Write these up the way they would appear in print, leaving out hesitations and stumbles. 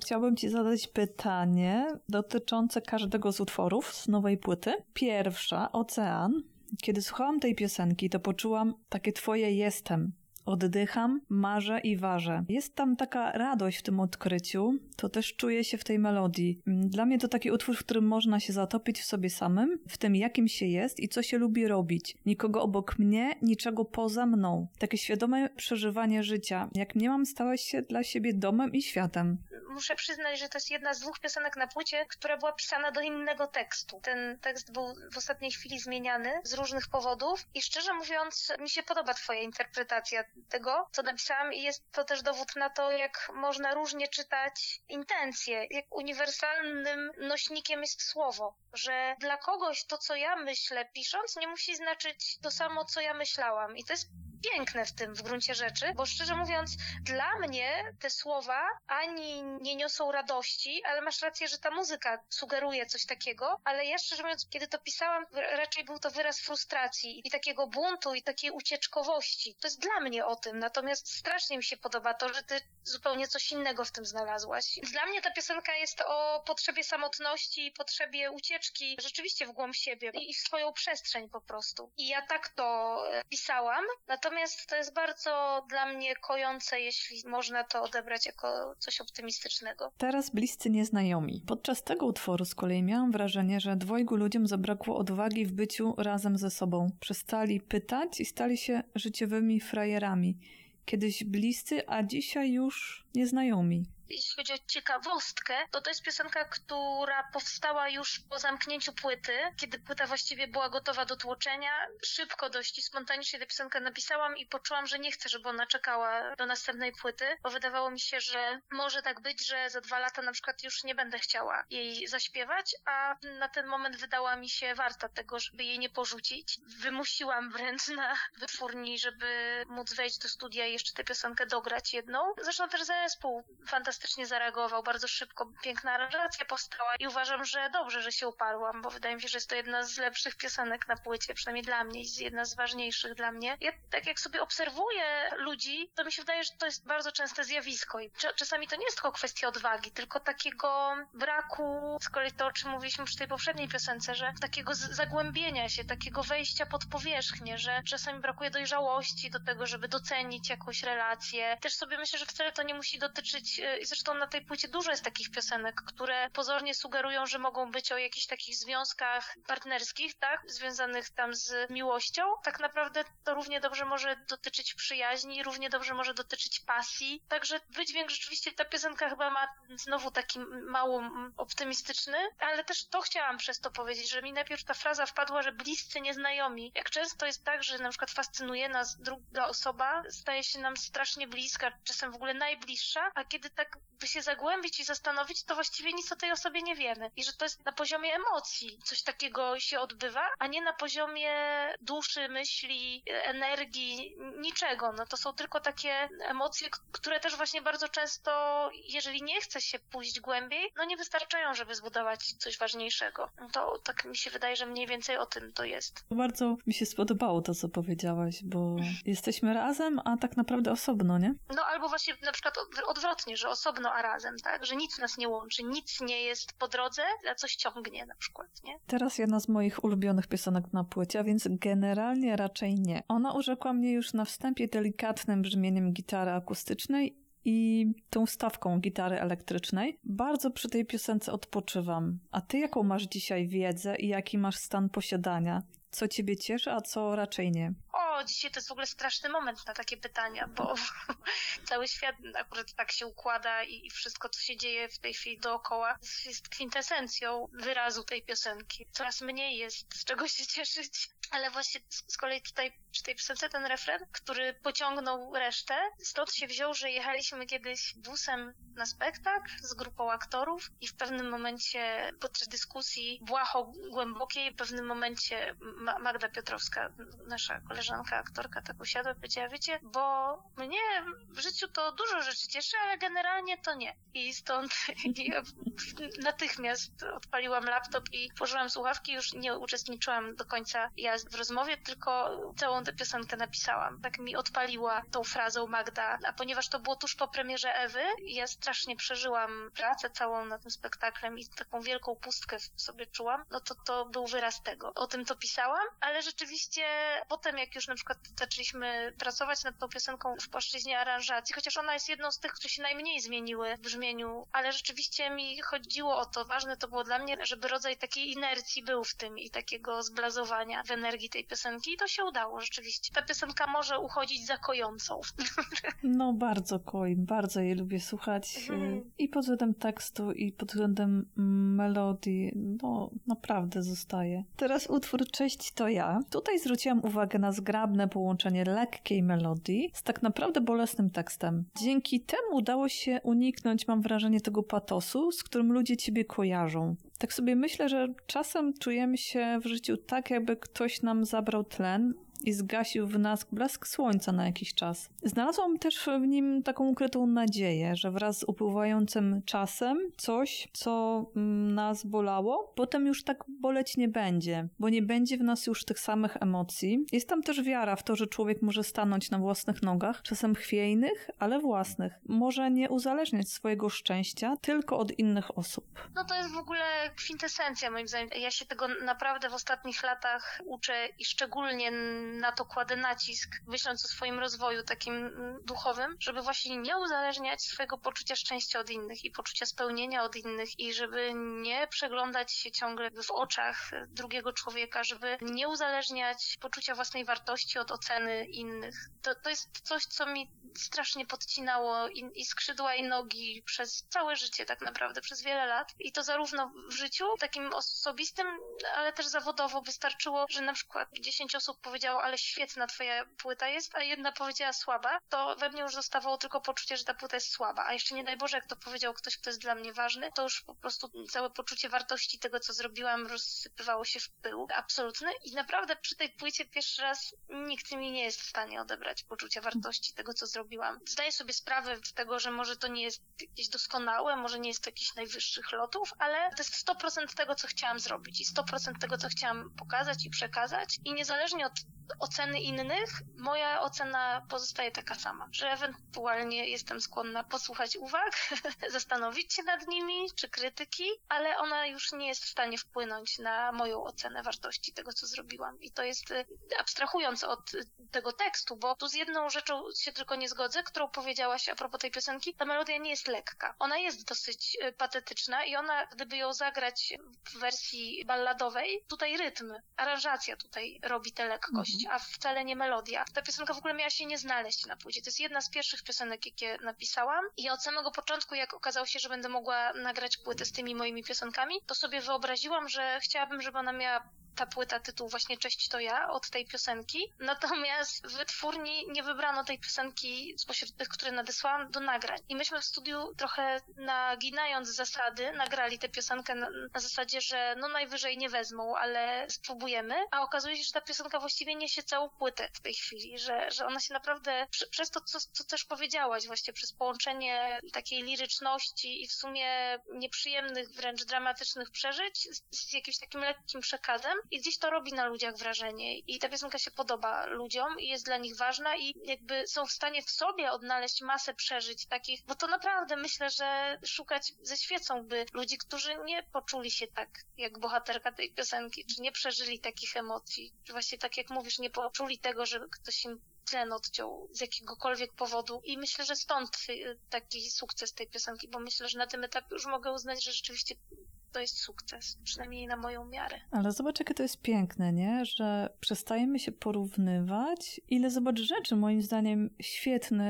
chciałabym ci zadać pytanie dotyczące każdego z utworów z nowej płyty. Pierwsza, Ocean. Kiedy słuchałam tej piosenki, to poczułam takie twoje jestem. Oddycham, marzę i ważę. Jest tam taka radość w tym odkryciu, to też czuje się w tej melodii. Dla mnie to taki utwór, w którym można się zatopić w sobie samym, w tym jakim się jest i co się lubi robić. Nikogo obok mnie, niczego poza mną. Takie świadome przeżywanie życia. Jak mniemam, stałaś się dla siebie domem i światem. Muszę przyznać, że to jest jedna z 2 piosenek na płycie, która była pisana do innego tekstu. Ten tekst był w ostatniej chwili zmieniany z różnych powodów i szczerze mówiąc, mi się podoba twoja interpretacja tego, co napisałam i jest to też dowód na to, jak można różnie czytać intencje, jak uniwersalnym nośnikiem jest słowo, że dla kogoś to, co ja myślę pisząc, nie musi znaczyć to samo, co ja myślałam i to jest piękne w tym w gruncie rzeczy, bo szczerze mówiąc, dla mnie te słowa ani nie niosą radości, ale masz rację, że ta muzyka sugeruje coś takiego, ale ja szczerze mówiąc, kiedy to pisałam, raczej był to wyraz frustracji i takiego buntu i takiej ucieczkowości. To jest dla mnie o tym, natomiast strasznie mi się podoba to, że ty zupełnie coś innego w tym znalazłaś. Dla mnie ta piosenka jest o potrzebie samotności i potrzebie ucieczki rzeczywiście w głąb siebie i w swoją przestrzeń po prostu. I ja tak to pisałam, natomiast to jest bardzo dla mnie kojące, jeśli można to odebrać jako coś optymistycznego. Teraz bliscy nieznajomi. Podczas tego utworu z kolei miałam wrażenie, że 2 ludziom zabrakło odwagi w byciu razem ze sobą. Przestali pytać i stali się życiowymi frajerami. Kiedyś bliscy, a dzisiaj już nieznajomi. Jeśli chodzi o ciekawostkę, to jest piosenka, która powstała już po zamknięciu płyty, kiedy płyta właściwie była gotowa do tłoczenia. Szybko dość i spontanicznie tę piosenkę napisałam i poczułam, że nie chcę, żeby ona czekała do następnej płyty, bo wydawało mi się, że może tak być, że za 2 lata na przykład już nie będę chciała jej zaśpiewać, a na ten moment wydała mi się warta tego, żeby jej nie porzucić. Wymusiłam wręcz na wytwórni, żeby móc wejść do studia i jeszcze tę piosenkę dograć jedną. Zresztą też zespół fantastycznie zareagował, bardzo szybko, piękna aranżacja powstała i uważam, że dobrze, że się uparłam, bo wydaje mi się, że jest to jedna z lepszych piosenek na płycie, przynajmniej dla mnie, jest jedna z ważniejszych dla mnie. Ja tak jak sobie obserwuję ludzi, to mi się wydaje, że to jest bardzo częste zjawisko i czasami to nie jest tylko kwestia odwagi, tylko takiego braku, z kolei to, o czym mówiliśmy przy tej poprzedniej piosence, że takiego zagłębienia się, takiego wejścia pod powierzchnię, że czasami brakuje dojrzałości do tego, żeby docenić jakąś relację. Też sobie myślę, że wcale to nie musi dotyczyć, zresztą na tej płycie dużo jest takich piosenek, które pozornie sugerują, że mogą być o jakichś takich związkach partnerskich, tak, związanych tam z miłością. Tak naprawdę to równie dobrze może dotyczyć przyjaźni, równie dobrze może dotyczyć pasji. Także wydźwięk rzeczywiście ta piosenka chyba ma znowu taki mało optymistyczny, ale też to chciałam przez to powiedzieć, że mi najpierw ta fraza wpadła, że bliscy nieznajomi. Jak często jest tak, że na przykład fascynuje nas druga osoba, staje się nam strasznie bliska, czasem w ogóle najbliższa, a kiedy tak by się zagłębić i zastanowić, to właściwie nic o tej osobie nie wiemy. I że to jest na poziomie emocji coś takiego się odbywa, a nie na poziomie duszy, myśli, energii, niczego. No to są tylko takie emocje, które też właśnie bardzo często, jeżeli nie chce się pójść głębiej, no nie wystarczają, żeby zbudować coś ważniejszego. No to tak mi się wydaje, że mniej więcej o tym to jest. Bardzo mi się spodobało to, co powiedziałaś, bo jesteśmy razem, a tak naprawdę osobno, nie? No albo właśnie na przykład odwrotnie, że osobno, a razem, tak? Że nic nas nie łączy, nic nie jest po drodze, a coś ciągnie na przykład, nie? Teraz jedna z moich ulubionych piosenek na płycie, a więc generalnie raczej nie. Ona urzekła mnie już na wstępie delikatnym brzmieniem gitary akustycznej i tą wstawką gitary elektrycznej. Bardzo przy tej piosence odpoczywam. A ty jaką masz dzisiaj wiedzę i jaki masz stan posiadania? Co ciebie cieszy, a co raczej nie? O, dzisiaj to jest w ogóle straszny moment na takie pytania, bo cały świat akurat tak się układa i wszystko, co się dzieje w tej chwili dookoła, jest kwintesencją wyrazu tej piosenki. Coraz mniej jest z czego się cieszyć. Ale właśnie z kolei tutaj przy tej piosence ten refren, który pociągnął resztę, stąd się wziął, że jechaliśmy kiedyś busem na spektakl z grupą aktorów i w pewnym momencie podczas dyskusji błaho głębokiej, w pewnym momencie Magda Piotrowska, nasza koleżanka, piosenka, aktorka tak usiadła i powiedziała, wiecie, bo mnie w życiu to dużo rzeczy cieszy, ale generalnie to nie. I stąd ja natychmiast odpaliłam laptop i włożyłam słuchawki, już nie uczestniczyłam do końca ja w rozmowie, tylko całą tę piosenkę napisałam. Tak mi odpaliła tą frazą Magda, a ponieważ to było tuż po premierze Ewy, ja strasznie przeżyłam pracę całą nad tym spektaklem i taką wielką pustkę w sobie czułam, no to był wyraz tego. O tym to pisałam, ale rzeczywiście potem, jak już na przykład zaczęliśmy pracować nad tą piosenką w płaszczyźnie aranżacji, chociaż ona jest jedną z tych, które się najmniej zmieniły w brzmieniu, ale rzeczywiście mi chodziło o to, ważne to było dla mnie, żeby rodzaj takiej inercji był w tym i takiego zblazowania w energii tej piosenki i to się udało rzeczywiście. Ta piosenka może uchodzić za kojącą. No bardzo koi, bardzo jej lubię słuchać i pod względem tekstu i pod względem melodii, no naprawdę zostaje. Teraz utwór Cześć to ja. Tutaj zwróciłam uwagę na zgrabne połączenie lekkiej melodii z tak naprawdę bolesnym tekstem. Dzięki temu udało się uniknąć, mam wrażenie, tego patosu, z którym ludzie ciebie kojarzą. Tak sobie myślę, że czasem czujemy się w życiu tak, jakby ktoś nam zabrał tlen i zgasił w nas blask słońca na jakiś czas. Znalazłam też w nim taką ukrytą nadzieję, że wraz z upływającym czasem coś, co nas bolało, potem już tak boleć nie będzie, bo nie będzie w nas już tych samych emocji. Jest tam też wiara w to, że człowiek może stanąć na własnych nogach, czasem chwiejnych, ale własnych. Może nie uzależniać swojego szczęścia tylko od innych osób. No to jest w ogóle kwintesencja moim zdaniem. Ja się tego naprawdę w ostatnich latach uczę i szczególnie na to kładę nacisk, myśląc o swoim rozwoju takim duchowym, żeby właśnie nie uzależniać swojego poczucia szczęścia od innych i poczucia spełnienia od innych i żeby nie przeglądać się ciągle w oczach drugiego człowieka, żeby nie uzależniać poczucia własnej wartości od oceny innych. To jest coś, co mi strasznie podcinało i skrzydła i nogi przez całe życie tak naprawdę, przez wiele lat. I to zarówno w życiu takim osobistym, ale też zawodowo wystarczyło, że na przykład 10 osób powiedziało, ale świetna twoja płyta jest, a jedna powiedziała słaba, to we mnie już zostawało tylko poczucie, że ta płyta jest słaba. A jeszcze nie daj Boże, jak to powiedział ktoś, kto jest dla mnie ważny, to już po prostu całe poczucie wartości tego, co zrobiłam, rozsypywało się w pył absolutny. I naprawdę przy tej płycie pierwszy raz nikt mi nie jest w stanie odebrać poczucia wartości tego, co zrobiłam. Zdaję sobie sprawę z tego, że może to nie jest jakieś doskonałe, może nie jest to jakichś najwyższych lotów, ale to jest 100% tego, co chciałam zrobić i 100% tego, co chciałam pokazać i przekazać i niezależnie od oceny innych, moja ocena pozostaje taka sama, że ewentualnie jestem skłonna posłuchać uwag, zastanowić się nad nimi, czy krytyki, ale ona już nie jest w stanie wpłynąć na moją ocenę wartości tego, co zrobiłam. I to jest, abstrahując od tego tekstu, bo tu z jedną rzeczą się tylko nie zgodzę, którą powiedziałaś a propos tej piosenki, ta melodia nie jest lekka. Ona jest dosyć patetyczna i ona, gdyby ją zagrać w wersji balladowej, tutaj rytm, aranżacja tutaj robi tę lekkość, a wcale nie melodia. Ta piosenka w ogóle miała się nie znaleźć na płycie. To jest jedna z pierwszych piosenek, jakie napisałam i od samego początku, jak okazało się, że będę mogła nagrać płytę z tymi moimi piosenkami, to sobie wyobraziłam, że chciałabym, żeby ona miała ta płyta tytuł właśnie Cześć to ja od tej piosenki, natomiast w wytwórni nie wybrano tej piosenki spośród tych, które nadesłałam do nagrań. I myśmy w studiu trochę naginając zasady nagrali tę piosenkę na zasadzie, że no najwyżej nie wezmą, ale spróbujemy, a okazuje się, że ta piosenka właściwie niesie całą płytę w tej chwili, że ona się naprawdę przez to, co też powiedziałaś właśnie, przez połączenie takiej liryczności i w sumie nieprzyjemnych, wręcz dramatycznych przeżyć z jakimś takim lekkim przekazem i gdzieś to robi na ludziach wrażenie i ta piosenka się podoba ludziom i jest dla nich ważna i jakby są w stanie w sobie odnaleźć masę przeżyć takich, bo to naprawdę myślę, że szukać ze świecą by ludzi, którzy nie poczuli się tak jak bohaterka tej piosenki, czy nie przeżyli takich emocji, czy właśnie tak jak mówisz, nie poczuli tego, że ktoś im tlen odciął z jakiegokolwiek powodu i myślę, że stąd taki sukces tej piosenki, bo myślę, że na tym etapie już mogę uznać, że rzeczywiście to jest sukces, przynajmniej na moją miarę. Ale zobacz, jakie to jest piękne, nie? Że przestajemy się porównywać. Ile zobacz rzeczy, moim zdaniem, świetnych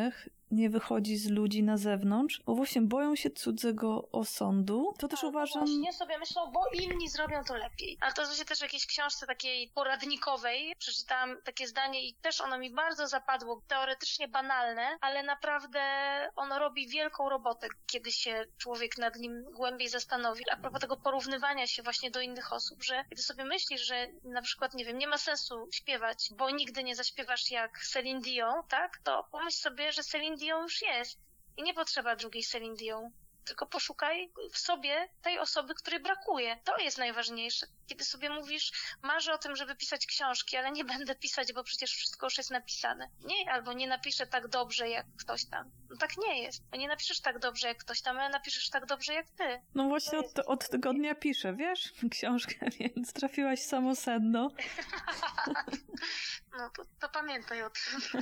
nie wychodzi z ludzi na zewnątrz, bo właśnie boją się cudzego osądu. To też uważam... Właśnie sobie myślą, bo inni zrobią to lepiej. A to się też w jakiejś książce takiej poradnikowej przeczytałam takie zdanie i też ono mi bardzo zapadło. Teoretycznie banalne, ale naprawdę ono robi wielką robotę, kiedy się człowiek nad nim głębiej zastanowi. A propos tego porównywania się właśnie do innych osób, że kiedy sobie myślisz, że na przykład, nie wiem, nie ma sensu śpiewać, bo nigdy nie zaśpiewasz jak Celine Dion, tak? To pomyśl sobie, że Celine Dion już jest i nie potrzeba drugiej Celine Dion. Tylko poszukaj w sobie tej osoby, której brakuje. To jest najważniejsze. Kiedy sobie mówisz, marzę o tym, żeby pisać książki, ale nie będę pisać, bo przecież wszystko już jest napisane. Nie, albo nie napiszę tak dobrze, jak ktoś tam. No tak nie jest. Bo nie napiszesz tak dobrze, jak ktoś tam, ale napiszesz tak dobrze, jak ty. No właśnie od tygodnia piszę, wiesz, książkę, więc trafiłaś w samo sedno. No to pamiętaj o tym.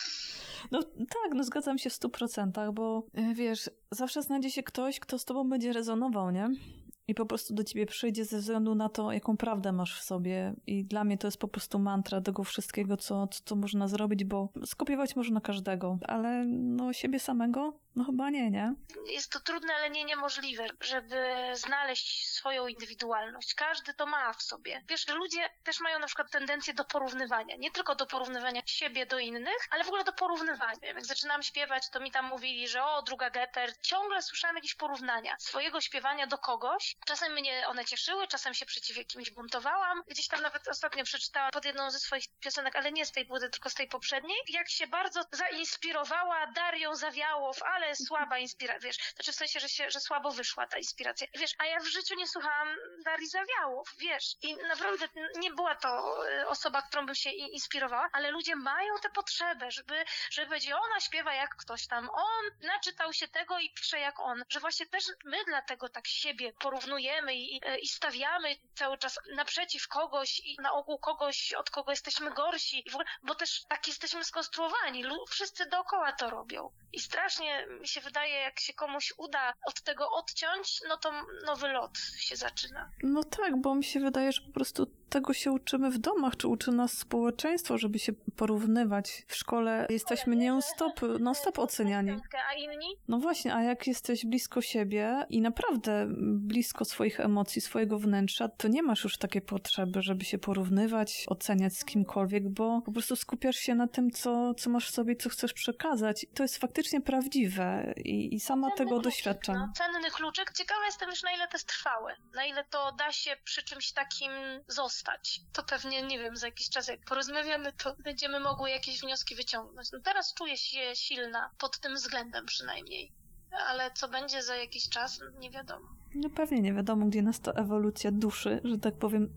No tak, no zgadzam się w 100%, bo wiesz, zawsze znajdzie się ktoś, kto z tobą będzie rezonował, nie? I po prostu do ciebie przyjdzie ze względu na to, jaką prawdę masz w sobie. I dla mnie to jest po prostu mantra tego wszystkiego, co można zrobić, bo skopiować można każdego, ale no siebie samego? No chyba nie? Jest to trudne, ale nie niemożliwe, żeby znaleźć swoją indywidualność. Każdy to ma w sobie. Wiesz, ludzie też mają na przykład tendencję do porównywania. Nie tylko do porównywania siebie do innych, ale w ogóle do porównywania. Jak zaczynałam śpiewać, to mi tam mówili, że druga Getter. Ciągle słyszałam jakieś porównania swojego śpiewania do kogoś. Czasem mnie one cieszyły, czasem się przeciw jakimś buntowałam. Gdzieś tam nawet ostatnio przeczytałam pod jedną ze swoich piosenek, ale nie z tej płyty, tylko z tej poprzedniej, jak się bardzo zainspirowała Darią Zawiałow, ale słaba inspiracja, wiesz, znaczy w sensie, że słabo wyszła ta inspiracja, wiesz, a ja w życiu nie słuchałam Darii Zawiałow, wiesz, i naprawdę nie była to osoba, którą bym się inspirowała, ale ludzie mają tę potrzebę, żeby powiedzieć, ona śpiewa jak ktoś tam, on naczytał się tego i pisze jak on, że właśnie też my dlatego tak siebie porównujemy i stawiamy cały czas naprzeciw kogoś i na ogół kogoś, od kogo jesteśmy gorsi, bo też tak jesteśmy skonstruowani, wszyscy dookoła to robią i strasznie mi się wydaje, jak się komuś uda od tego odciąć, no to nowy lot się zaczyna. No tak, bo mi się wydaje, że po prostu tego się uczymy w domach, czy uczy nas społeczeństwo, żeby się porównywać. W szkole jesteśmy non-stop oceniani. A inni? No właśnie, a jak jesteś blisko siebie i naprawdę blisko swoich emocji, swojego wnętrza, to nie masz już takiej potrzeby, żeby się porównywać, oceniać z kimkolwiek, bo po prostu skupiasz się na tym, co masz w sobie, co chcesz przekazać. To jest faktycznie prawdziwe i sama Cenny tego kluczyk, doświadczam. No, cenny kluczyk. Ciekawa jestem już, na ile to jest trwałe. Na ile to da się przy czymś takim zostać. To pewnie, nie wiem, za jakiś czas jak porozmawiamy, to będziemy mogły jakieś wnioski wyciągnąć. No teraz czuję się silna, pod tym względem przynajmniej. Ale co będzie za jakiś czas, nie wiadomo. No pewnie nie wiadomo, gdzie nas to ewolucja duszy, że tak powiem,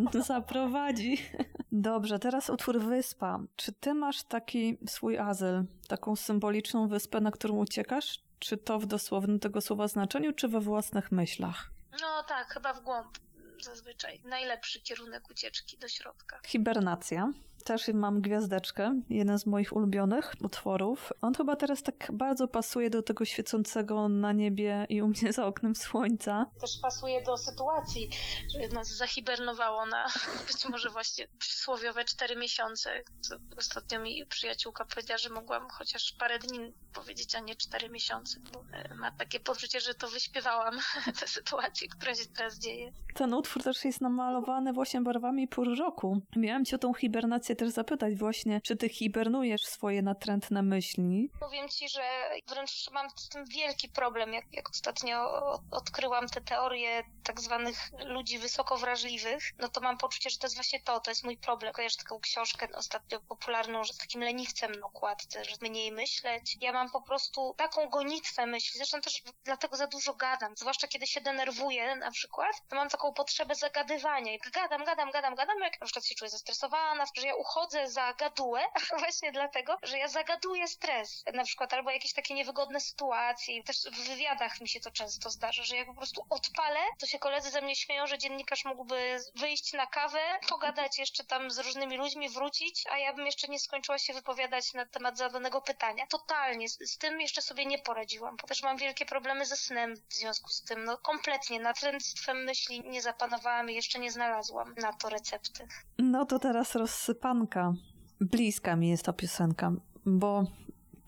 zaprowadzi. Dobrze, teraz utwór Wyspa. Czy ty masz taki swój azyl, taką symboliczną wyspę, na którą uciekasz? Czy to w dosłownym tego słowa znaczeniu, czy we własnych myślach? No tak, chyba w głąb zazwyczaj. Najlepszy kierunek ucieczki do środka. Hibernacja. Też mam gwiazdeczkę, jeden z moich ulubionych utworów. On chyba teraz tak bardzo pasuje do tego świecącego na niebie i u mnie za oknem słońca. Też pasuje do sytuacji, że nas zahibernowało na być może właśnie przysłowiowe 4 miesiące. Co ostatnio mi przyjaciółka powiedziała, że mogłam chociaż parę dni powiedzieć, a nie 4 miesiące, bo ma takie poczucie, że to wyśpiewałam tę sytuację, która się teraz dzieje. Ten utwór też jest namalowany właśnie barwami pór roku. Miałam cię o tą hibernację też zapytać właśnie, czy ty hibernujesz swoje natrętne myśli? Powiem ci, że wręcz mam z tym wielki problem, jak ostatnio odkryłam te teorie tak zwanych ludzi wysoko wrażliwych, no to mam poczucie, że to jest właśnie to jest mój problem. Kojarzę taką książkę ostatnio popularną, że z takim leniwcem na okładce, że mniej myśleć. Ja mam po prostu taką gonitwę myśli, zresztą też dlatego za dużo gadam, zwłaszcza kiedy się denerwuję na przykład, to mam taką potrzebę zagadywania i gadam, jak na przykład się czuję zestresowana, że ja uchodzę za gadułę właśnie dlatego, że ja zagaduję stres, na przykład albo jakieś takie niewygodne sytuacje. Też w wywiadach mi się to często zdarza, że jak po prostu odpalę, to się koledzy ze mnie śmieją, że dziennikarz mógłby wyjść na kawę, pogadać jeszcze tam z różnymi ludźmi, wrócić, a ja bym jeszcze nie skończyła się wypowiadać na temat zadanego pytania. Totalnie, z tym jeszcze sobie nie poradziłam. Też mam wielkie problemy ze snem w związku z tym. No kompletnie, natręctwem myśli nie zapanowałam i jeszcze nie znalazłam na to recepty. No to teraz rozsypanka. Bliska mi jest ta piosenka, bo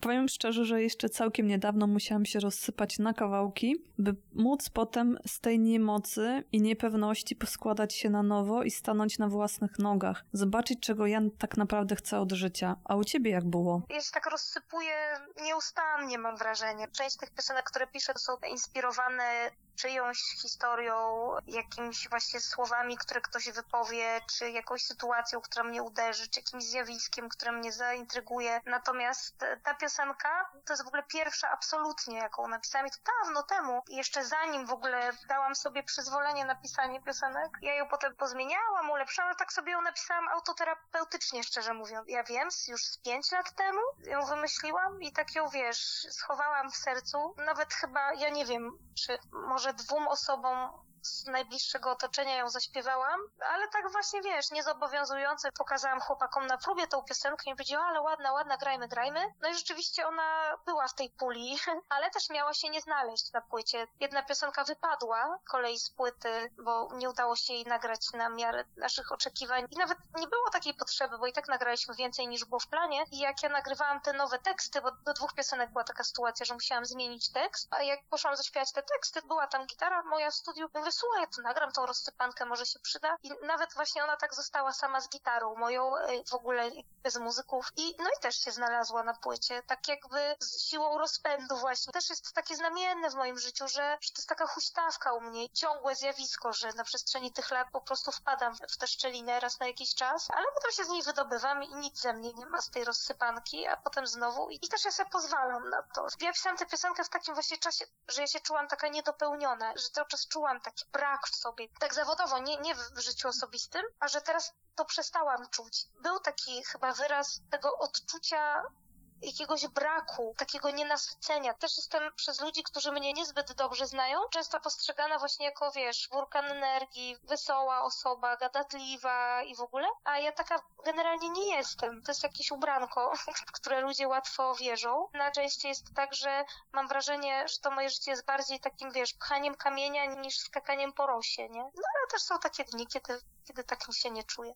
Powiem szczerze, że jeszcze całkiem niedawno musiałam się rozsypać na kawałki, by móc potem z tej niemocy i niepewności poskładać się na nowo i stanąć na własnych nogach. Zobaczyć, czego ja tak naprawdę chcę od życia. A u ciebie jak było? Ja się tak rozsypuję nieustannie, mam wrażenie. Część tych piosenek, które piszę, są inspirowane czyjąś historią, jakimiś właśnie słowami, które ktoś wypowie, czy jakąś sytuacją, która mnie uderzy, czy jakimś zjawiskiem, które mnie zaintryguje. Natomiast ta piosenka to jest w ogóle pierwsza absolutnie, jaką napisałam i to dawno temu. Jeszcze zanim w ogóle dałam sobie przyzwolenie na pisanie piosenek, ja ją potem pozmieniałam, ulepszałam, ale tak sobie ją napisałam autoterapeutycznie, szczerze mówiąc. Ja wiem, już z 5 lat temu ją wymyśliłam i tak ją, schowałam w sercu. Nawet chyba, ja nie wiem, czy może 2 osobom z najbliższego otoczenia ją zaśpiewałam, ale tak właśnie, niezobowiązująco pokazałam chłopakom na próbie tą piosenkę i powiedziała, ale ładna, grajmy. No i rzeczywiście ona była w tej puli, ale też miała się nie znaleźć na płycie. Jedna piosenka wypadła kolei z płyty, bo nie udało się jej nagrać na miarę naszych oczekiwań i nawet nie było takiej potrzeby, bo i tak nagraliśmy więcej niż było w planie i jak ja nagrywałam te nowe teksty, bo do 2 piosenek była taka sytuacja, że musiałam zmienić tekst, a jak poszłam zaśpiewać te teksty, była tam gitara moja w studiu, słuchaj, ja to nagram tą rozsypankę, może się przyda. I nawet właśnie ona tak została sama z gitarą moją, w ogóle bez muzyków. No i też się znalazła na płycie, tak jakby z siłą rozpędu właśnie. Też jest takie znamienne w moim życiu, że to jest taka huśtawka u mnie, ciągłe zjawisko, że na przestrzeni tych lat po prostu wpadam w tę szczelinę raz na jakiś czas, ale potem się z niej wydobywam i nic ze mnie nie ma z tej rozsypanki, a potem znowu i też ja sobie pozwalam na to. Ja pisałam tę piosenkę w takim właśnie czasie, że ja się czułam taka niedopełniona, że cały czas czułam taki brak w sobie, tak zawodowo, nie w życiu osobistym, a że teraz to przestałam czuć. Był taki chyba wyraz tego odczucia jakiegoś braku, takiego nienasycenia. Też jestem przez ludzi, którzy mnie niezbyt dobrze znają, często postrzegana właśnie jako, wulkan energii, wesoła osoba, gadatliwa i w ogóle, a ja taka generalnie nie jestem. To jest jakieś ubranko, w które ludzie łatwo wierzą. Najczęściej jest tak, że mam wrażenie, że to moje życie jest bardziej takim, pchaniem kamienia niż skakaniem po rosie, nie? No ale też są takie dni, kiedy tak mi się nie czuję.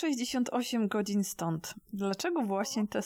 168 godzin stąd. Dlaczego właśnie te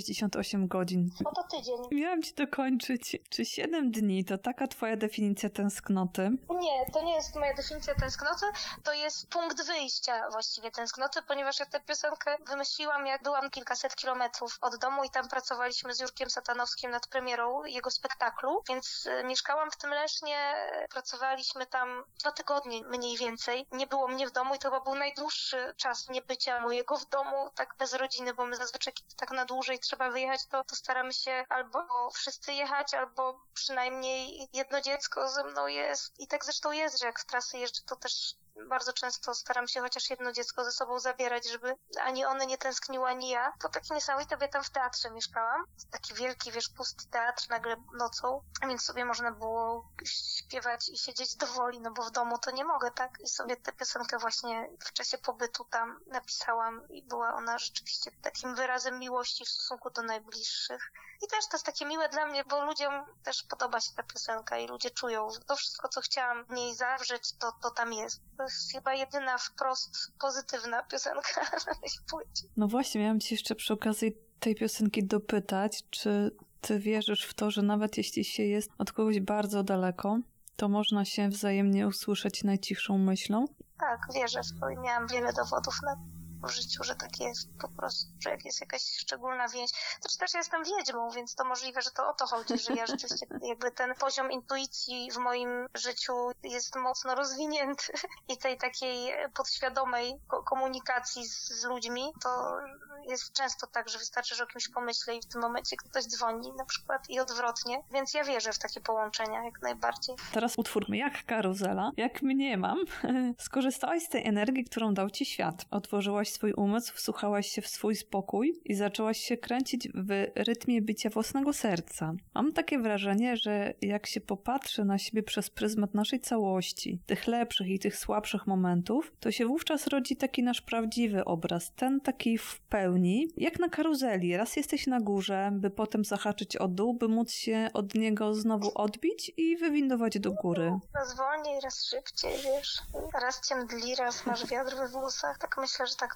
168 godzin? Oto tydzień. Miałam ci dokończyć. Czy 7 dni to taka twoja definicja tęsknoty? Nie, to nie jest moja definicja tęsknoty, to jest punkt wyjścia właściwie tęsknoty, ponieważ ja tę piosenkę wymyśliłam, jak byłam kilkaset kilometrów od domu i tam pracowaliśmy z Jurkiem Satanowskim nad premierą jego spektaklu, więc mieszkałam w tym Lesznie, pracowaliśmy tam 2 tygodnie mniej więcej. Nie było mnie w domu i to chyba był najdłuższy czas niebycia mojego w domu, tak bez rodziny, bo my zazwyczaj kiedy tak na dłużej trzeba wyjechać, to staramy się albo wszyscy jechać, albo przynajmniej jedno dziecko ze mną jest. I tak zresztą jest, że jak w trasy jeżdżę, to też bardzo często staram się chociaż jedno dziecko ze sobą zabierać, żeby ani one nie tęskniły, ani ja. To takie niesamowite, bo ja tam w teatrze mieszkałam. Taki wielki, pusty teatr nagle nocą, więc sobie można było śpiewać i siedzieć do woli, no bo w domu to nie mogę, tak? I sobie tę piosenkę właśnie w czasie pobytu tam napisałam i była ona rzeczywiście takim wyrazem miłości w stosunku do najbliższych. I też to jest takie miłe dla mnie, bo ludziom też podoba się ta piosenka i ludzie czują, że to wszystko, co chciałam w niej zawrzeć, to tam jest. To jest chyba jedyna wprost pozytywna piosenka na tej płycie. No właśnie, miałam ci jeszcze przy okazji tej piosenki dopytać, czy ty wierzysz w to, że nawet jeśli się jest od kogoś bardzo daleko, to można się wzajemnie usłyszeć najcichszą myślą? Tak, wierzę w to i miałam wiele dowodów na w życiu, że tak jest po prostu, że jak jest jakaś szczególna więź. Zresztą też ja jestem wiedźmą, więc to możliwe, że to o to chodzi, że ja rzeczywiście jakby ten poziom intuicji w moim życiu jest mocno rozwinięty i tej takiej podświadomej komunikacji z ludźmi, to jest często tak, że wystarczy, że o kimś pomyślę i w tym momencie ktoś dzwoni na przykład i odwrotnie, więc ja wierzę w takie połączenia jak najbardziej. Teraz utwór jak karuzela, jak mniemam, skorzystałaś z tej energii, którą dał ci świat. Otworzyłaś swój umysł, wsłuchałaś się w swój spokój i zaczęłaś się kręcić w rytmie bicia własnego serca. Mam takie wrażenie, że jak się popatrzy na siebie przez pryzmat naszej całości, tych lepszych i tych słabszych momentów, to się wówczas rodzi taki nasz prawdziwy obraz, ten taki w pełni, jak na karuzeli. Raz jesteś na górze, by potem zahaczyć o dół, by móc się od niego znowu odbić i wywindować do góry. Raz wolniej, raz szybciej, raz cię mdli, raz masz wiatr we włosach. Tak myślę, że tak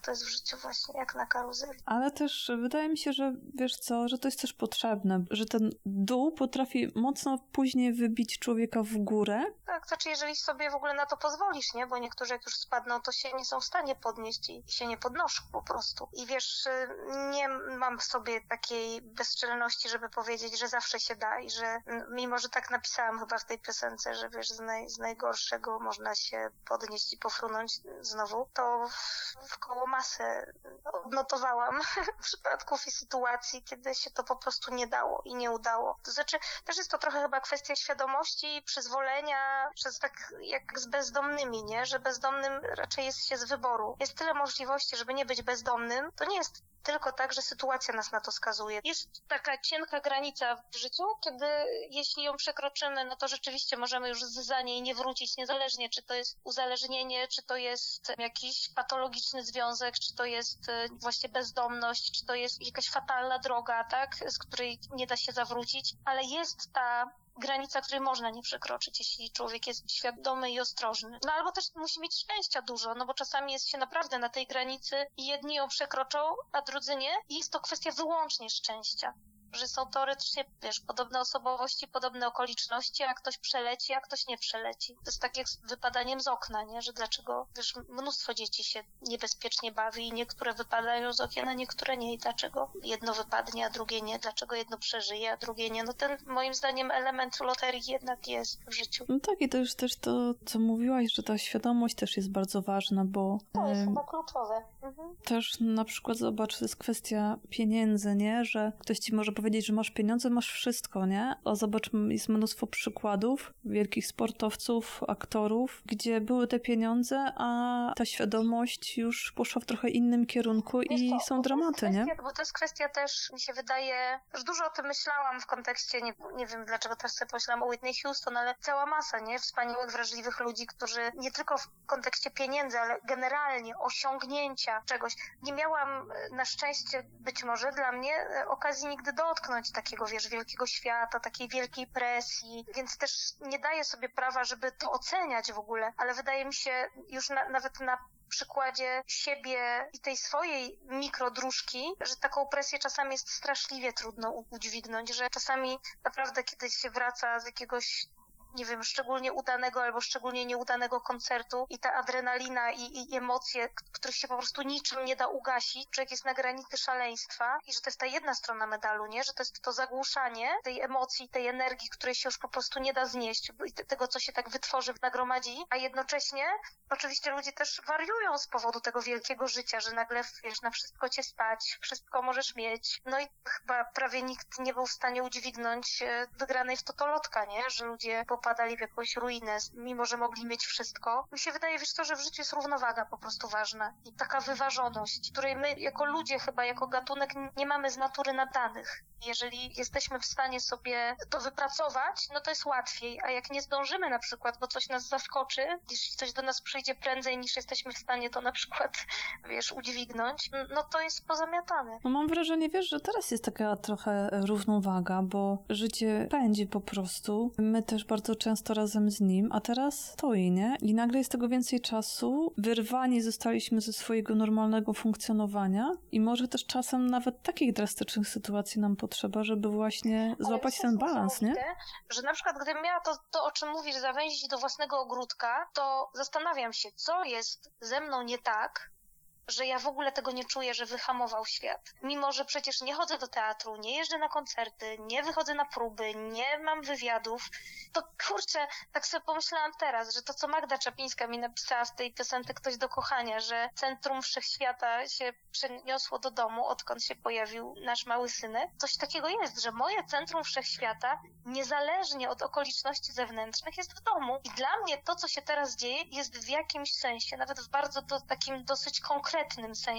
to jest w życiu właśnie, jak na karuzeli. Ale też wydaje mi się, że wiesz co, że to jest też potrzebne, że ten dół potrafi mocno później wybić człowieka w górę. Tak, znaczy jeżeli sobie w ogóle na to pozwolisz, nie? Bo niektórzy jak już spadną, to się nie są w stanie podnieść i się nie podnoszą po prostu. I wiesz, nie mam w sobie takiej bezczelności, żeby powiedzieć, że zawsze się da i że mimo, że tak napisałam chyba w tej piosence, że wiesz, z najgorszego można się podnieść i pofrunąć znowu, to w koło masę odnotowałam przypadków i sytuacji, kiedy się to po prostu nie dało i nie udało. To znaczy, też jest to trochę chyba kwestia świadomości, przyzwolenia, przez tak jak z bezdomnymi, nie? Że bezdomnym raczej jest się z wyboru. Jest tyle możliwości, żeby nie być bezdomnym. To nie jest tylko tak, że sytuacja nas na to skazuje. Jest taka cienka granica w życiu, kiedy jeśli ją przekroczymy, no to rzeczywiście możemy już za niej nie wrócić, niezależnie czy to jest uzależnienie, czy to jest jakiś patologiczny związek, czy to jest właśnie bezdomność, czy to jest jakaś fatalna droga, tak, z której nie da się zawrócić, ale jest ta granica, której można nie przekroczyć, jeśli człowiek jest świadomy i ostrożny. No albo też musi mieć szczęścia dużo, no bo czasami jest się naprawdę na tej granicy i jedni ją przekroczą, a drudzy nie. I jest to kwestia wyłącznie szczęścia. Że są teoretycznie, wiesz, podobne osobowości, podobne okoliczności, a ktoś przeleci, a ktoś nie przeleci. To jest tak jak z wypadaniem z okna, nie? Że dlaczego, wiesz, mnóstwo dzieci się niebezpiecznie bawi i niektóre wypadają z okien, a niektóre nie. I dlaczego jedno wypadnie, a drugie nie? Dlaczego jedno przeżyje, a drugie nie? No ten, moim zdaniem, element loterii jednak jest w życiu. No tak, i to już też to, co mówiłaś, że ta świadomość też jest bardzo ważna, bo... To jest chyba kluczowe. Też na przykład zobacz, to jest kwestia pieniędzy, nie? Że ktoś ci może powiedzieć, że masz pieniądze, masz wszystko, nie? A zobacz, jest mnóstwo przykładów wielkich sportowców, aktorów, gdzie były te pieniądze, a ta świadomość już poszła w trochę innym kierunku i są dramaty, nie? Bo to jest kwestia też, mi się wydaje, już dużo o tym myślałam w kontekście, nie wiem dlaczego teraz sobie pomyślałam o Whitney Houston, ale cała masa, nie? Wspaniałych, wrażliwych ludzi, którzy nie tylko w kontekście pieniędzy, ale generalnie osiągnięcia czegoś. Nie miałam na szczęście, być może dla mnie, okazji nigdy dotknąć takiego, wiesz, wielkiego świata, takiej wielkiej presji, więc też nie daję sobie prawa, żeby to oceniać w ogóle, ale wydaje mi się już nawet na przykładzie siebie i tej swojej mikrodróżki, że taką presję czasami jest straszliwie trudno udźwignąć, że czasami naprawdę kiedy się wraca z jakiegoś, nie wiem, szczególnie udanego albo szczególnie nieudanego koncertu i ta adrenalina i emocje, których się po prostu niczym nie da ugasić, człowiek jest na granicy szaleństwa i że to jest ta jedna strona medalu, nie? Że to jest to zagłuszanie tej emocji, tej energii, której się już po prostu nie da znieść, tego, co się tak wytworzy, nagromadzi, a jednocześnie oczywiście ludzie też wariują z powodu tego wielkiego życia, że nagle, wiesz, na wszystko cię stać, wszystko możesz mieć. No i chyba prawie nikt nie był w stanie udźwignąć wygranej w totolotka, nie? Że ludzie popadali w jakąś ruinę, mimo że mogli mieć wszystko. Mi się wydaje, wiesz co, że w życiu jest równowaga po prostu ważna i taka wyważoność, której my jako ludzie chyba, jako gatunek nie mamy z natury nadanych. Jeżeli jesteśmy w stanie sobie to wypracować, no to jest łatwiej, a jak nie zdążymy na przykład, bo coś nas zaskoczy, jeśli coś do nas przyjdzie prędzej niż jesteśmy w stanie to na przykład, wiesz, udźwignąć, no to jest pozamiatane. No mam wrażenie, wiesz, że teraz jest taka trochę równowaga, bo życie pędzi po prostu. My też bardzo często razem z nim, a teraz stoi, nie? I nagle jest tego więcej czasu. Wyrwani zostaliśmy ze swojego normalnego funkcjonowania i może też czasem nawet takich drastycznych sytuacji nam potrzeba, żeby właśnie złapać ten balans, nie? Że na przykład gdybym miała to, o czym mówisz, zawęzić do własnego ogródka, to zastanawiam się, co jest ze mną nie tak, że ja w ogóle tego nie czuję, że wyhamował świat. Mimo, że przecież nie chodzę do teatru, nie jeżdżę na koncerty, nie wychodzę na próby, nie mam wywiadów, to kurczę, tak sobie pomyślałam teraz, że to, co Magda Czaplińska mi napisała w tej piosence Ktoś do kochania, że centrum wszechświata się przeniosło do domu, odkąd się pojawił nasz mały synek. Coś takiego jest, że moje centrum wszechświata, niezależnie od okoliczności zewnętrznych, jest w domu. I dla mnie to, co się teraz dzieje, jest w jakimś sensie, nawet w bardzo takim dosyć konkretnym sensie,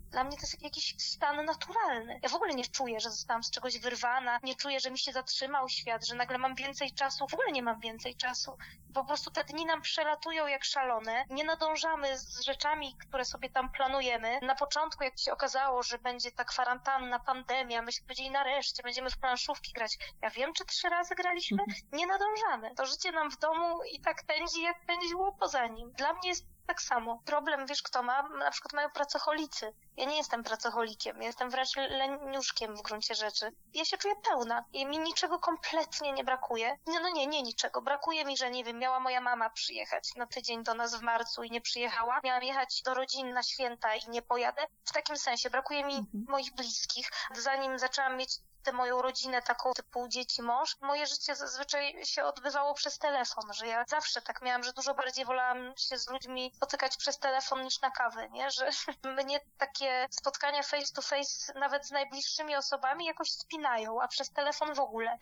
Dla mnie to jest jakiś stan naturalny. Ja w ogóle nie czuję, że zostałam z czegoś wyrwana, nie czuję, że mi się zatrzymał świat, że nagle mam więcej czasu. W ogóle nie mam więcej czasu. Po prostu te dni nam przelatują jak szalone. Nie nadążamy z rzeczami, które sobie tam planujemy. Na początku, jak się okazało, że będzie ta kwarantanna, pandemia, myśmy powiedzieli nareszcie, będziemy w planszówki grać. Ja wiem, czy 3 razy graliśmy? Nie nadążamy. To życie nam w domu i tak pędzi, jak pędziło poza nim. Dla mnie jest tak samo. Problem, wiesz, kto ma? Na przykład mają pracocholicy. Ja nie jestem pracocholikiem, ja jestem wręcz leniuszkiem w gruncie rzeczy. Ja się czuję pełna i mi niczego kompletnie nie brakuje. Nie niczego. Brakuje mi, że nie wiem, miała moja mama przyjechać na tydzień do nas w marcu i nie przyjechała. Miałam jechać do rodziny na święta i nie pojadę. W takim sensie brakuje mi moich bliskich. Zanim zaczęłam mieć tę moją rodzinę taką typu dzieci, mąż, moje życie zazwyczaj się odbywało przez telefon, że ja zawsze tak miałam, że dużo bardziej wolałam się z ludźmi spotykać przez telefon niż na kawę, nie? Że mnie takie spotkania face to face nawet z najbliższymi osobami jakoś spinają, a przez telefon w ogóle.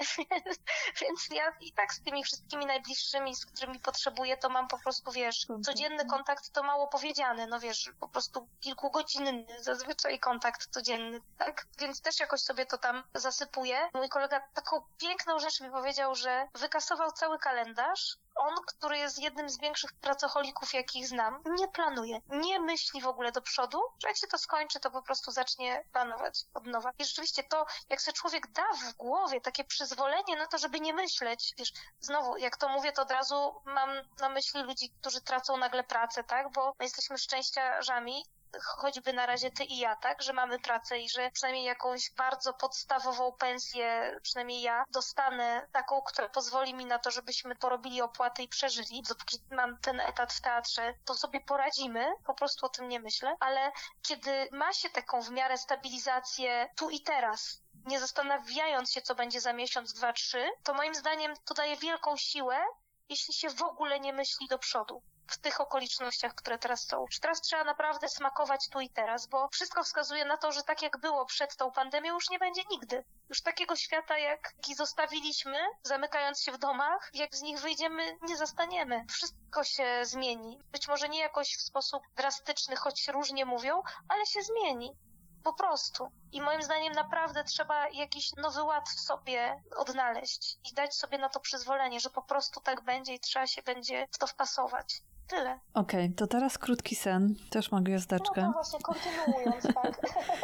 Więc ja i tak z tymi wszystkimi najbliższymi, z którymi potrzebuję, to mam po prostu, wiesz, codzienny kontakt to mało powiedziane, no wiesz, po prostu kilkugodzinny zazwyczaj kontakt codzienny, tak? Więc też jakoś sobie to tam zasypuję. Mój kolega taką piękną rzecz mi powiedział, że wykasował cały kalendarz. On, który jest jednym z większych pracocholików, jakich znam, nie planuje, nie myśli w ogóle do przodu, że jak się to skończy, to po prostu zacznie planować od nowa. I rzeczywiście to, jak sobie człowiek da w głowie takie przyzwolenie na to, żeby nie myśleć, wiesz, znowu, jak to mówię, to od razu mam na myśli ludzi, którzy tracą nagle pracę, tak, bo my jesteśmy szczęściarzami, choćby na razie ty i ja, tak, że mamy pracę i że przynajmniej jakąś bardzo podstawową pensję, przynajmniej ja, dostanę taką, która pozwoli mi na to, żebyśmy porobili opłaty i przeżyli. Dopóki mam ten etat w teatrze, to sobie poradzimy, po prostu o tym nie myślę, ale kiedy ma się taką w miarę stabilizację tu i teraz, nie zastanawiając się, co będzie za miesiąc, 2, 3, to moim zdaniem to daje wielką siłę, jeśli się w ogóle nie myśli do przodu. W tych okolicznościach, które teraz są. Że teraz trzeba naprawdę smakować tu i teraz, bo wszystko wskazuje na to, że tak jak było przed tą pandemią, już nie będzie nigdy. Już takiego świata, jaki zostawiliśmy, zamykając się w domach, jak z nich wyjdziemy, nie zastaniemy. Wszystko się zmieni. Być może nie jakoś w sposób drastyczny, choć różnie mówią, ale się zmieni. Po prostu. I moim zdaniem naprawdę trzeba jakiś nowy ład w sobie odnaleźć i dać sobie na to przyzwolenie, że po prostu tak będzie i trzeba się będzie w to wpasować. Tyle. Okej, to teraz krótki sen. Też ma gwiazdeczkę. No to właśnie, kontynuując, tak.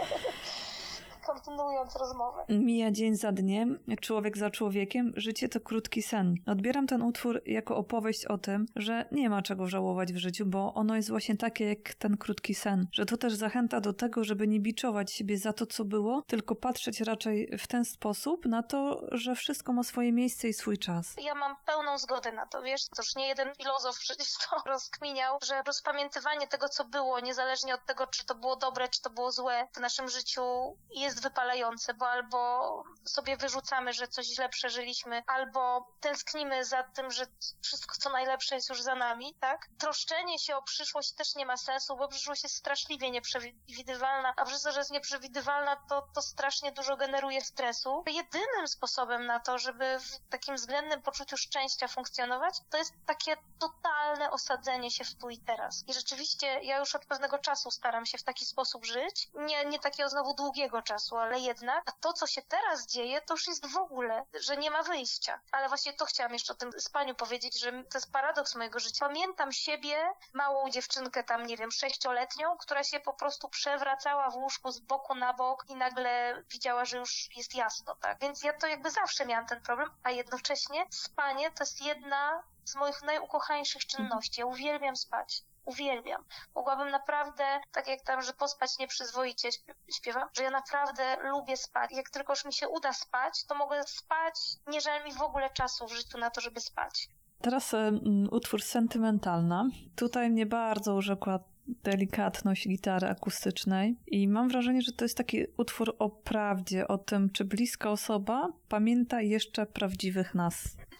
Kontynuując rozmowę. Mija dzień za dniem, człowiek za człowiekiem, życie to krótki sen. Odbieram ten utwór jako opowieść o tym, że nie ma czego żałować w życiu, bo ono jest właśnie takie jak ten krótki sen. Że to też zachęta do tego, żeby nie biczować siebie za to, co było, tylko patrzeć raczej w ten sposób na to, że wszystko ma swoje miejsce i swój czas. Ja mam pełną zgodę na to, wiesz, to już nie jeden filozof przecież to rozkminiał, że rozpamiętywanie tego, co było, niezależnie od tego, czy to było dobre, czy to było złe w naszym życiu, jest wypalające, bo albo sobie wyrzucamy, że coś źle przeżyliśmy, albo tęsknimy za tym, że wszystko, co najlepsze jest już za nami, tak? Troszczenie się o przyszłość też nie ma sensu, bo przyszłość jest straszliwie nieprzewidywalna, a przez to, że jest nieprzewidywalna, to strasznie dużo generuje stresu. Jedynym sposobem na to, żeby w takim względnym poczuciu szczęścia funkcjonować, to jest takie totalne osadzenie się w tu i teraz. I rzeczywiście ja już od pewnego czasu staram się w taki sposób żyć, nie takiego znowu długiego czasu, ale jednak, a to, co się teraz dzieje, to już jest w ogóle, że nie ma wyjścia. Ale właśnie to chciałam jeszcze o tym spaniu powiedzieć, że to jest paradoks mojego życia. Pamiętam siebie, małą dziewczynkę tam, nie wiem, 6-letnią, która się po prostu przewracała w łóżku z boku na bok i nagle widziała, że już jest jasno, tak? Więc ja to jakby zawsze miałam ten problem, a jednocześnie spanie to jest jedna z moich najukochańszych czynności. Ja uwielbiam spać. Uwielbiam. Mogłabym naprawdę, tak jak tam, że pospać nieprzyzwoicie śpiewam, że ja naprawdę lubię spać. Jak tylko już mi się uda spać, to mogę spać, nie żal mi w ogóle czasu w życiu na to, żeby spać. Teraz utwór Sentymentalna. Tutaj mnie bardzo urzekła delikatność gitary akustycznej i mam wrażenie, że to jest taki utwór o prawdzie, o tym, czy bliska osoba pamięta jeszcze prawdziwych nas.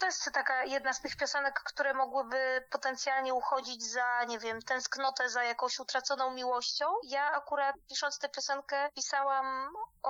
to jest taka jedna z tych piosenek, które mogłyby potencjalnie uchodzić za, nie wiem, tęsknotę za jakąś utraconą miłością. Ja akurat pisząc tę piosenkę pisałam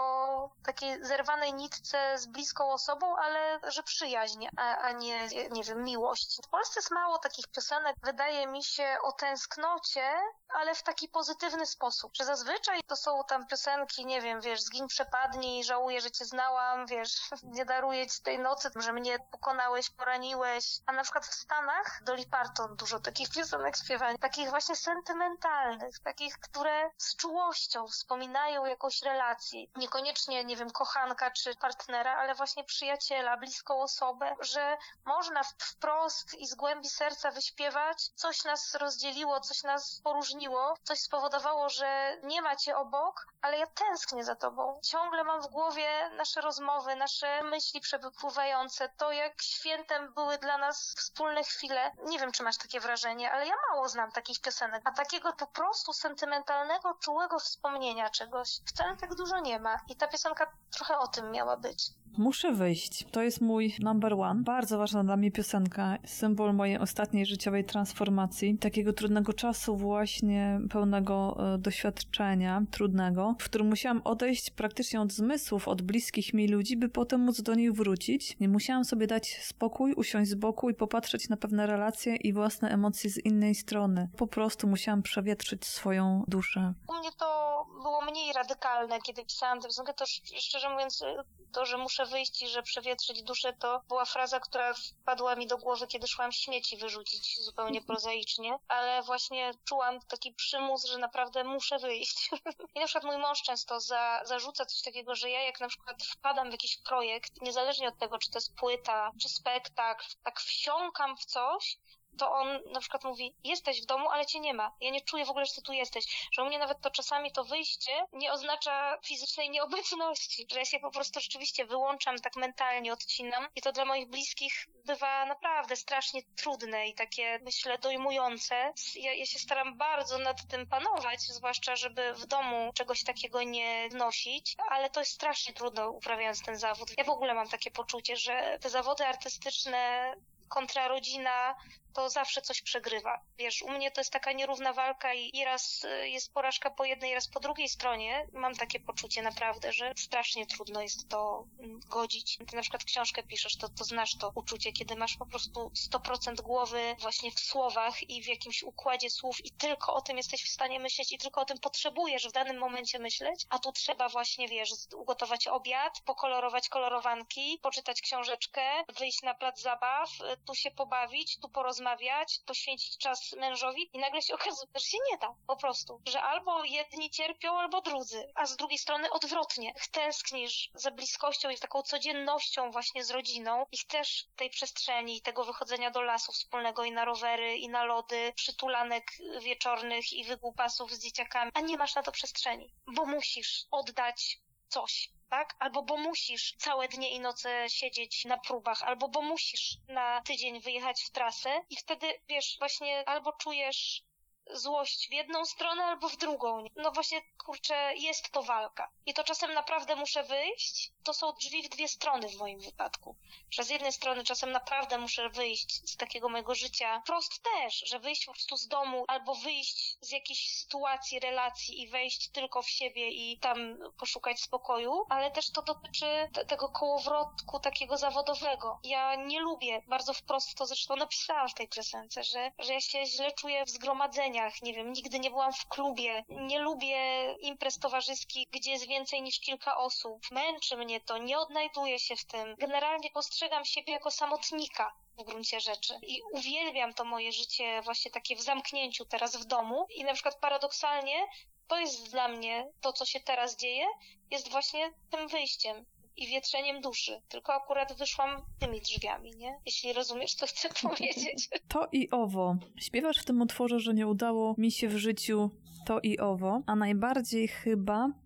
o takiej zerwanej nitce z bliską osobą, ale że przyjaźń, a nie wiem, miłość. W Polsce jest mało takich piosenek, wydaje mi się, o tęsknocie, ale w taki pozytywny sposób. Że zazwyczaj to są tam piosenki, nie wiem, wiesz, zgiń, przepadnij, żałuję, że cię znałam, wiesz, nie daruję ci tej nocy, że mnie pokonałeś, poraniłeś. A na przykład w Stanach Dolly Parton dużo takich piosenek śpiewa, takich właśnie sentymentalnych, takich, które z czułością wspominają jakąś relację. Niekoniecznie, nie wiem, kochanka czy partnera, ale właśnie przyjaciela, bliską osobę, że można wprost i z głębi serca wyśpiewać, coś nas rozdzieliło, coś nas poróżniło, coś spowodowało, że nie ma cię obok, ale ja tęsknię za tobą. Ciągle mam w głowie nasze rozmowy, nasze myśli przepływające, to jak świętem były dla nas wspólne chwile. Nie wiem, czy masz takie wrażenie, ale ja mało znam takich piosenek, a takiego po prostu sentymentalnego, czułego wspomnienia czegoś wcale tak dużo nie ma. I ta piosenka trochę o tym miała być. Muszę wyjść. To jest mój number one. Bardzo ważna dla mnie piosenka. Symbol mojej ostatniej życiowej transformacji. Takiego trudnego czasu właśnie, pełnego doświadczenia, trudnego, w którym musiałam odejść praktycznie od zmysłów, od bliskich mi ludzi, by potem móc do nich wrócić. I musiałam sobie dać spokój, usiąść z boku i popatrzeć na pewne relacje i własne emocje z innej strony. Po prostu musiałam przewietrzyć swoją duszę. U mnie to było mniej radykalne, kiedy pisałam tę piosenkę, to szczerze mówiąc, to, że muszę wyjść i że przewietrzyć duszę, to była fraza, która wpadła mi do głowy, kiedy szłam śmieci wyrzucić, zupełnie prozaicznie, ale właśnie czułam taki przymus, że naprawdę muszę wyjść. I na przykład mój mąż często zarzuca coś takiego, że ja jak na przykład wpadam w jakiś projekt, niezależnie od tego, czy to jest płyta, czy spektakl, tak wsiąkam w coś, to on na przykład mówi, jesteś w domu, ale cię nie ma. Ja nie czuję w ogóle, że ty tu jesteś. Że u mnie nawet to czasami to wyjście nie oznacza fizycznej nieobecności. Że ja się po prostu rzeczywiście wyłączam, tak mentalnie odcinam. I to dla moich bliskich bywa naprawdę strasznie trudne i takie, myślę, dojmujące. Ja się staram bardzo nad tym panować, zwłaszcza, żeby w domu czegoś takiego nie nosić, ale to jest strasznie trudno uprawiając ten zawód. Ja w ogóle mam takie poczucie, że te zawody artystyczne kontra rodzina to zawsze coś przegrywa. Wiesz, u mnie to jest taka nierówna walka i raz jest porażka po jednej, raz po drugiej stronie. Mam takie poczucie naprawdę, że strasznie trudno jest to godzić. Ty na przykład książkę piszesz, to znasz to uczucie, kiedy masz po prostu 100% głowy właśnie w słowach i w jakimś układzie słów i tylko o tym jesteś w stanie myśleć i tylko o tym potrzebujesz w danym momencie myśleć, a tu trzeba właśnie, wiesz, ugotować obiad, pokolorować kolorowanki, poczytać książeczkę, wyjść na plac zabaw, tu się pobawić, tu porozmawiać, poświęcić czas mężowi i nagle się okazuje, że się nie da, po prostu. Że albo jedni cierpią, albo drudzy, a z drugiej strony odwrotnie. Tęsknisz za bliskością i taką codziennością właśnie z rodziną i chcesz tej przestrzeni i tego wychodzenia do lasu wspólnego i na rowery, i na lody, przytulanek wieczornych i wygłupasów z dzieciakami, a nie masz na to przestrzeni, bo musisz oddać coś. Tak? Albo bo musisz całe dnie i noce siedzieć na próbach, albo bo musisz na tydzień wyjechać w trasę i wtedy, wiesz, właśnie albo czujesz złość w jedną stronę, albo w drugą. No właśnie, kurczę, jest to walka. I to czasem naprawdę muszę wyjść. To są drzwi w dwie strony w moim wypadku. Że z jednej strony czasem naprawdę muszę wyjść z takiego mojego życia. Wprost też, że wyjść po prostu z domu, albo wyjść z jakiejś sytuacji, relacji i wejść tylko w siebie i tam poszukać spokoju, ale też to dotyczy tego kołowrotku takiego zawodowego. Ja nie lubię, bardzo wprost to zresztą napisałam w tej piosence, że ja się źle czuję w zgromadzeniach, nie wiem, nigdy nie byłam w klubie, nie lubię imprez towarzyskich, gdzie jest więcej niż kilka osób. Męczy mnie to, nie odnajduję się w tym. Generalnie postrzegam siebie jako samotnika w gruncie rzeczy. I uwielbiam to moje życie właśnie takie w zamknięciu teraz w domu i na przykład paradoksalnie to jest dla mnie, to co się teraz dzieje, jest właśnie tym wyjściem i wietrzeniem duszy. Tylko akurat wyszłam tymi drzwiami, nie? Jeśli rozumiesz, co chcę powiedzieć. To i owo. Śpiewasz w tym utworze, że nie udało mi się w życiu to i owo, a najbardziej chyba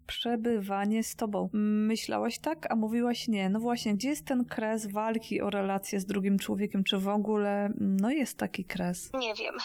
przebywanie z tobą. Myślałaś tak, a mówiłaś nie. No właśnie, gdzie jest ten kres walki o relację z drugim człowiekiem? Czy w ogóle, jest taki kres? Nie wiem.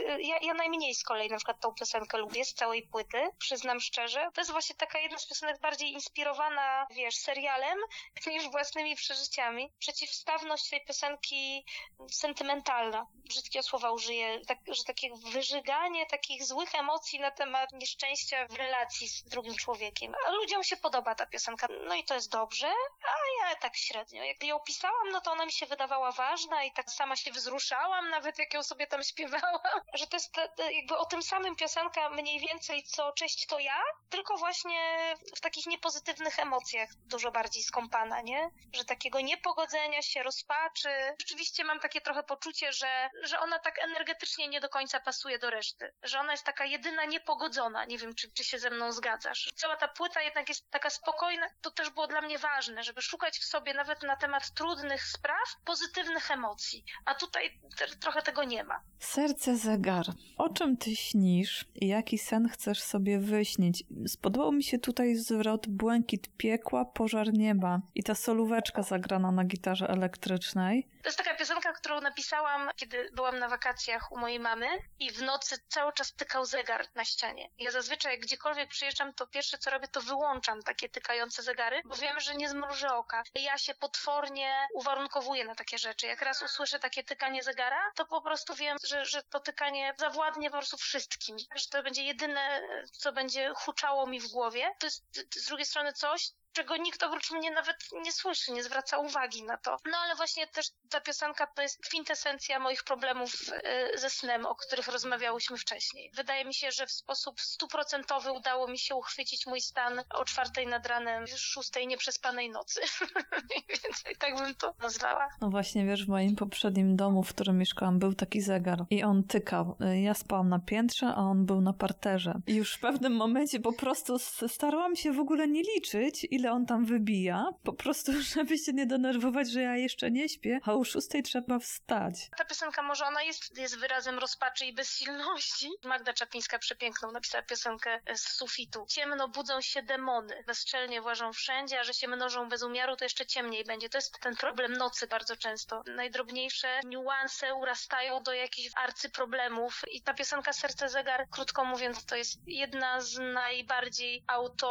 Ja najmniej z kolei na przykład tą piosenkę lubię z całej płyty, przyznam szczerze. To jest właśnie taka jedna z piosenek bardziej inspirowana, serialem niż własnymi przeżyciami. Przeciwstawność tej piosenki sentymentalna. Brzydkie słowa użyję, że takie wyżyganie takich złych emocji na temat nieszczęścia w relacji z drugim człowiekiem. A ludziom się podoba ta piosenka. No i to jest dobrze, a ja tak średnio. Jak ją pisałam, no to ona mi się wydawała ważna i tak sama się wzruszałam, nawet jak ją sobie tam śpiewałam. Że to jest jakby o tym samym piosenka mniej więcej co Cześć to ja, tylko właśnie w takich niepozytywnych emocjach dużo bardziej skąpana, nie? Że takiego niepogodzenia się, rozpaczy. Rzeczywiście mam takie trochę poczucie, że ona tak energetycznie nie do końca pasuje do reszty. Że ona jest taka jedyna niepogodzona. Nie wiem, czy się ze mną zgadzasz. Cała ta płyta jednak jest taka spokojna. To też było dla mnie ważne, żeby szukać w sobie nawet na temat trudnych spraw pozytywnych emocji. A tutaj trochę tego nie ma. Serce zegar. O czym ty śnisz i jaki sen chcesz sobie wyśnić? Spodobał mi się tutaj zwrot błękit piekła, pożar nieba i ta solóweczka zagrana na gitarze elektrycznej. To jest taka piosenka, którą napisałam, kiedy byłam na wakacjach u mojej mamy i w nocy cały czas tykał zegar na ścianie. Ja zazwyczaj jak gdziekolwiek przyjeżdżam, to pierwsze co robię, to wyłączam takie tykające zegary, bo wiem, że nie zmrużę oka. Ja się potwornie uwarunkowuję na takie rzeczy. Jak raz usłyszę takie tykanie zegara, to po prostu wiem, że to tykanie zawładnie po prostu wszystkim. Że to będzie jedyne, co będzie huczało mi w głowie. To jest z drugiej strony coś, czego nikt oprócz mnie nawet nie słyszy, nie zwraca uwagi na to. No ale właśnie też ta piosenka to jest kwintesencja moich problemów ze snem, o których rozmawiałyśmy wcześniej. Wydaje mi się, że w sposób 100% udało mi się uchwycić mój stan o 4 nad ranem, 6 nieprzespanej nocy. Więc tak bym to nazwała. No właśnie, wiesz, w moim poprzednim domu, w którym mieszkałam, był taki zegar i on tykał. Ja spałam na piętrze, a on był na parterze. I już w pewnym momencie po prostu starałam się w ogóle nie liczyć, ile on tam wybija, po prostu, żeby się nie denerwować, że ja jeszcze nie śpię, a o 6 trzeba wstać. Ta piosenka może ona jest wyrazem rozpaczy i bezsilności. Magda Czaplińska przepiękną napisała piosenkę z sufitu. Ciemno budzą się demony, bezczelnie włażą wszędzie, a że się mnożą bez umiaru, to jeszcze ciemniej będzie. To jest ten problem nocy bardzo często. Najdrobniejsze niuanse urastają do jakichś arcyproblemów i ta piosenka Serce zegar, krótko mówiąc, to jest jedna z najbardziej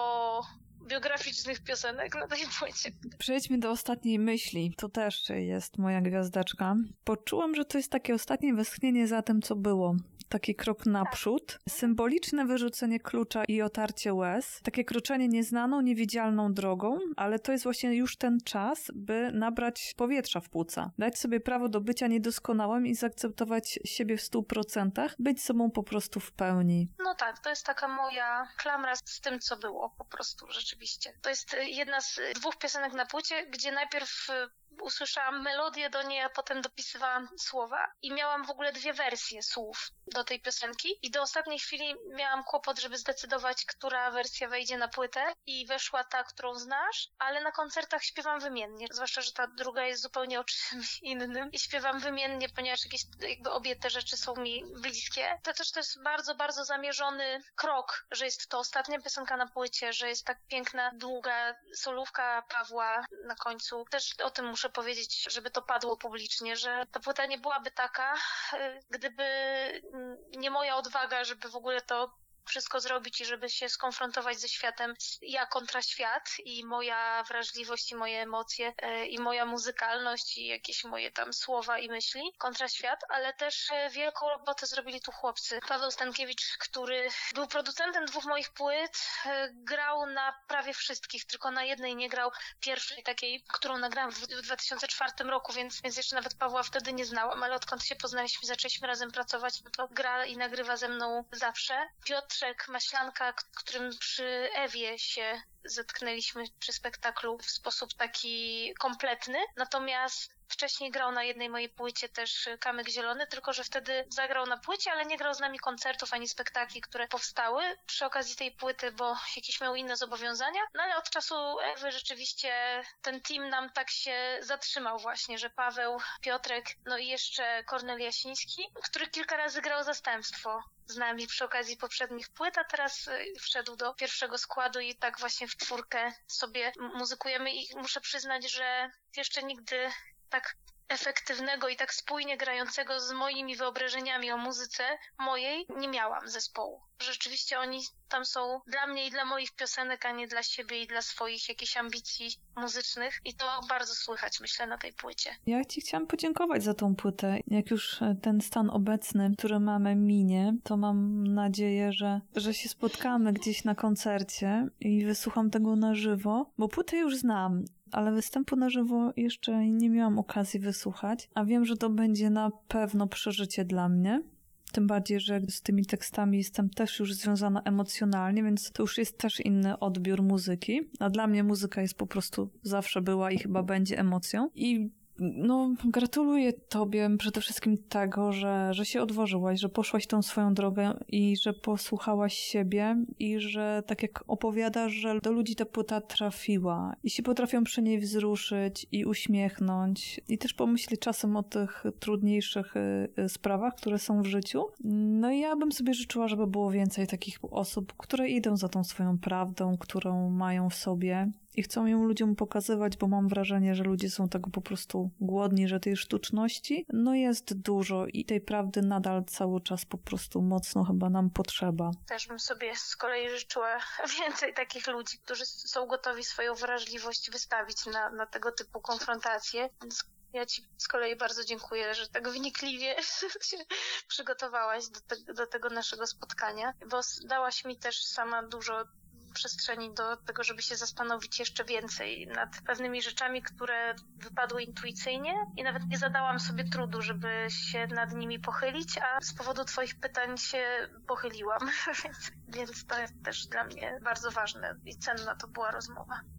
biograficznych piosenek na tej płycie. Przejdźmy do ostatniej myśli. To też jest moja gwiazdeczka. Poczułam, że to jest takie ostatnie westchnienie za tym, co było. Taki krok naprzód, symboliczne wyrzucenie klucza i otarcie łez, takie kroczenie nieznaną, niewidzialną drogą, ale to jest właśnie już ten czas, by nabrać powietrza w płuca. Dać sobie prawo do bycia niedoskonałym i zaakceptować siebie w 100%, być sobą po prostu w pełni. No tak, to jest taka moja klamra z tym, co było po prostu rzeczywiście. To jest jedna z 2 piosenek na płycie, gdzie najpierw usłyszałam melodię do niej, a potem dopisywałam słowa i miałam w ogóle 2 wersje słów do tej piosenki i do ostatniej chwili miałam kłopot, żeby zdecydować, która wersja wejdzie na płytę i weszła ta, którą znasz, ale na koncertach śpiewam wymiennie, zwłaszcza, że ta druga jest zupełnie o czymś innym i śpiewam wymiennie, ponieważ jakby obie te rzeczy są mi bliskie. To też to jest bardzo, bardzo zamierzony krok, że jest to ostatnia piosenka na płycie, że jest tak piękna, długa solówka Pawła na końcu. Też o tym muszę powiedzieć, żeby to padło publicznie, że ta płyta nie byłaby taka, gdyby nie moja odwaga, żeby w ogóle to wszystko zrobić i żeby się skonfrontować ze światem, ja kontra świat i moja wrażliwość i moje emocje i moja muzykalność i jakieś moje tam słowa i myśli kontra świat, ale też wielką robotę zrobili tu chłopcy. Paweł Stankiewicz, który był producentem 2 moich płyt, grał na prawie wszystkich, tylko na jednej nie grał, pierwszej takiej, którą nagrałam w 2004 roku, więc jeszcze nawet Pawła wtedy nie znałam, ale odkąd się poznaliśmy, zaczęliśmy razem pracować, no to gra i nagrywa ze mną zawsze. Piotrek Maślanka, którym przy Ewie się zetknęliśmy przy spektaklu w sposób taki kompletny. Natomiast wcześniej grał na jednej mojej płycie też Kamyk Zielony, tylko że wtedy zagrał na płycie, ale nie grał z nami koncertów ani spektakli, które powstały przy okazji tej płyty, bo jakieś miał inne zobowiązania. No ale od czasu Ewy rzeczywiście ten team nam tak się zatrzymał właśnie, że Paweł, Piotrek, no i jeszcze Kornel Jasiński, który kilka razy grał zastępstwo z nami przy okazji poprzednich płyt, a teraz wszedł do pierwszego składu i tak właśnie w czwórkę sobie muzykujemy i muszę przyznać, że jeszcze nigdy tak efektywnego i tak spójnie grającego z moimi wyobrażeniami o muzyce mojej nie miałam zespołu. Rzeczywiście oni tam są dla mnie i dla moich piosenek, a nie dla siebie i dla swoich jakichś ambicji muzycznych i to bardzo słychać, myślę, na tej płycie. Ja ci chciałam podziękować za tą płytę. Jak już ten stan obecny, który mamy, minie, to mam nadzieję, że się spotkamy gdzieś na koncercie i wysłucham tego na żywo, bo płytę już znam, ale występu na żywo jeszcze nie miałam okazji wysłuchać, a wiem, że to będzie na pewno przeżycie dla mnie. Tym bardziej, że z tymi tekstami jestem też już związana emocjonalnie, więc to już jest też inny odbiór muzyki. A dla mnie muzyka jest po prostu zawsze była i chyba będzie emocją. I no, gratuluję tobie przede wszystkim tego, że się odważyłaś, że poszłaś tą swoją drogę i że posłuchałaś siebie i że tak jak opowiadasz, że do ludzi ta płyta trafiła i się potrafią przy niej wzruszyć i uśmiechnąć i też pomyśleć czasem o tych trudniejszych sprawach, które są w życiu. No i ja bym sobie życzyła, żeby było więcej takich osób, które idą za tą swoją prawdą, którą mają w sobie i chcą ją ludziom pokazywać, bo mam wrażenie, że ludzie są tego po prostu głodni, że tej sztuczności no jest dużo i tej prawdy nadal cały czas po prostu mocno chyba nam potrzeba. Też bym sobie z kolei życzyła więcej takich ludzi, którzy są gotowi swoją wrażliwość wystawić na tego typu konfrontacje. Więc ja ci z kolei bardzo dziękuję, że tak wnikliwie się przygotowałaś do tego naszego spotkania, bo dałaś mi też sama dużo przestrzeni do tego, żeby się zastanowić jeszcze więcej nad pewnymi rzeczami, które wypadły intuicyjnie i nawet nie zadałam sobie trudu, żeby się nad nimi pochylić, a z powodu twoich pytań się pochyliłam, więc to jest też dla mnie bardzo ważne i cenna to była rozmowa.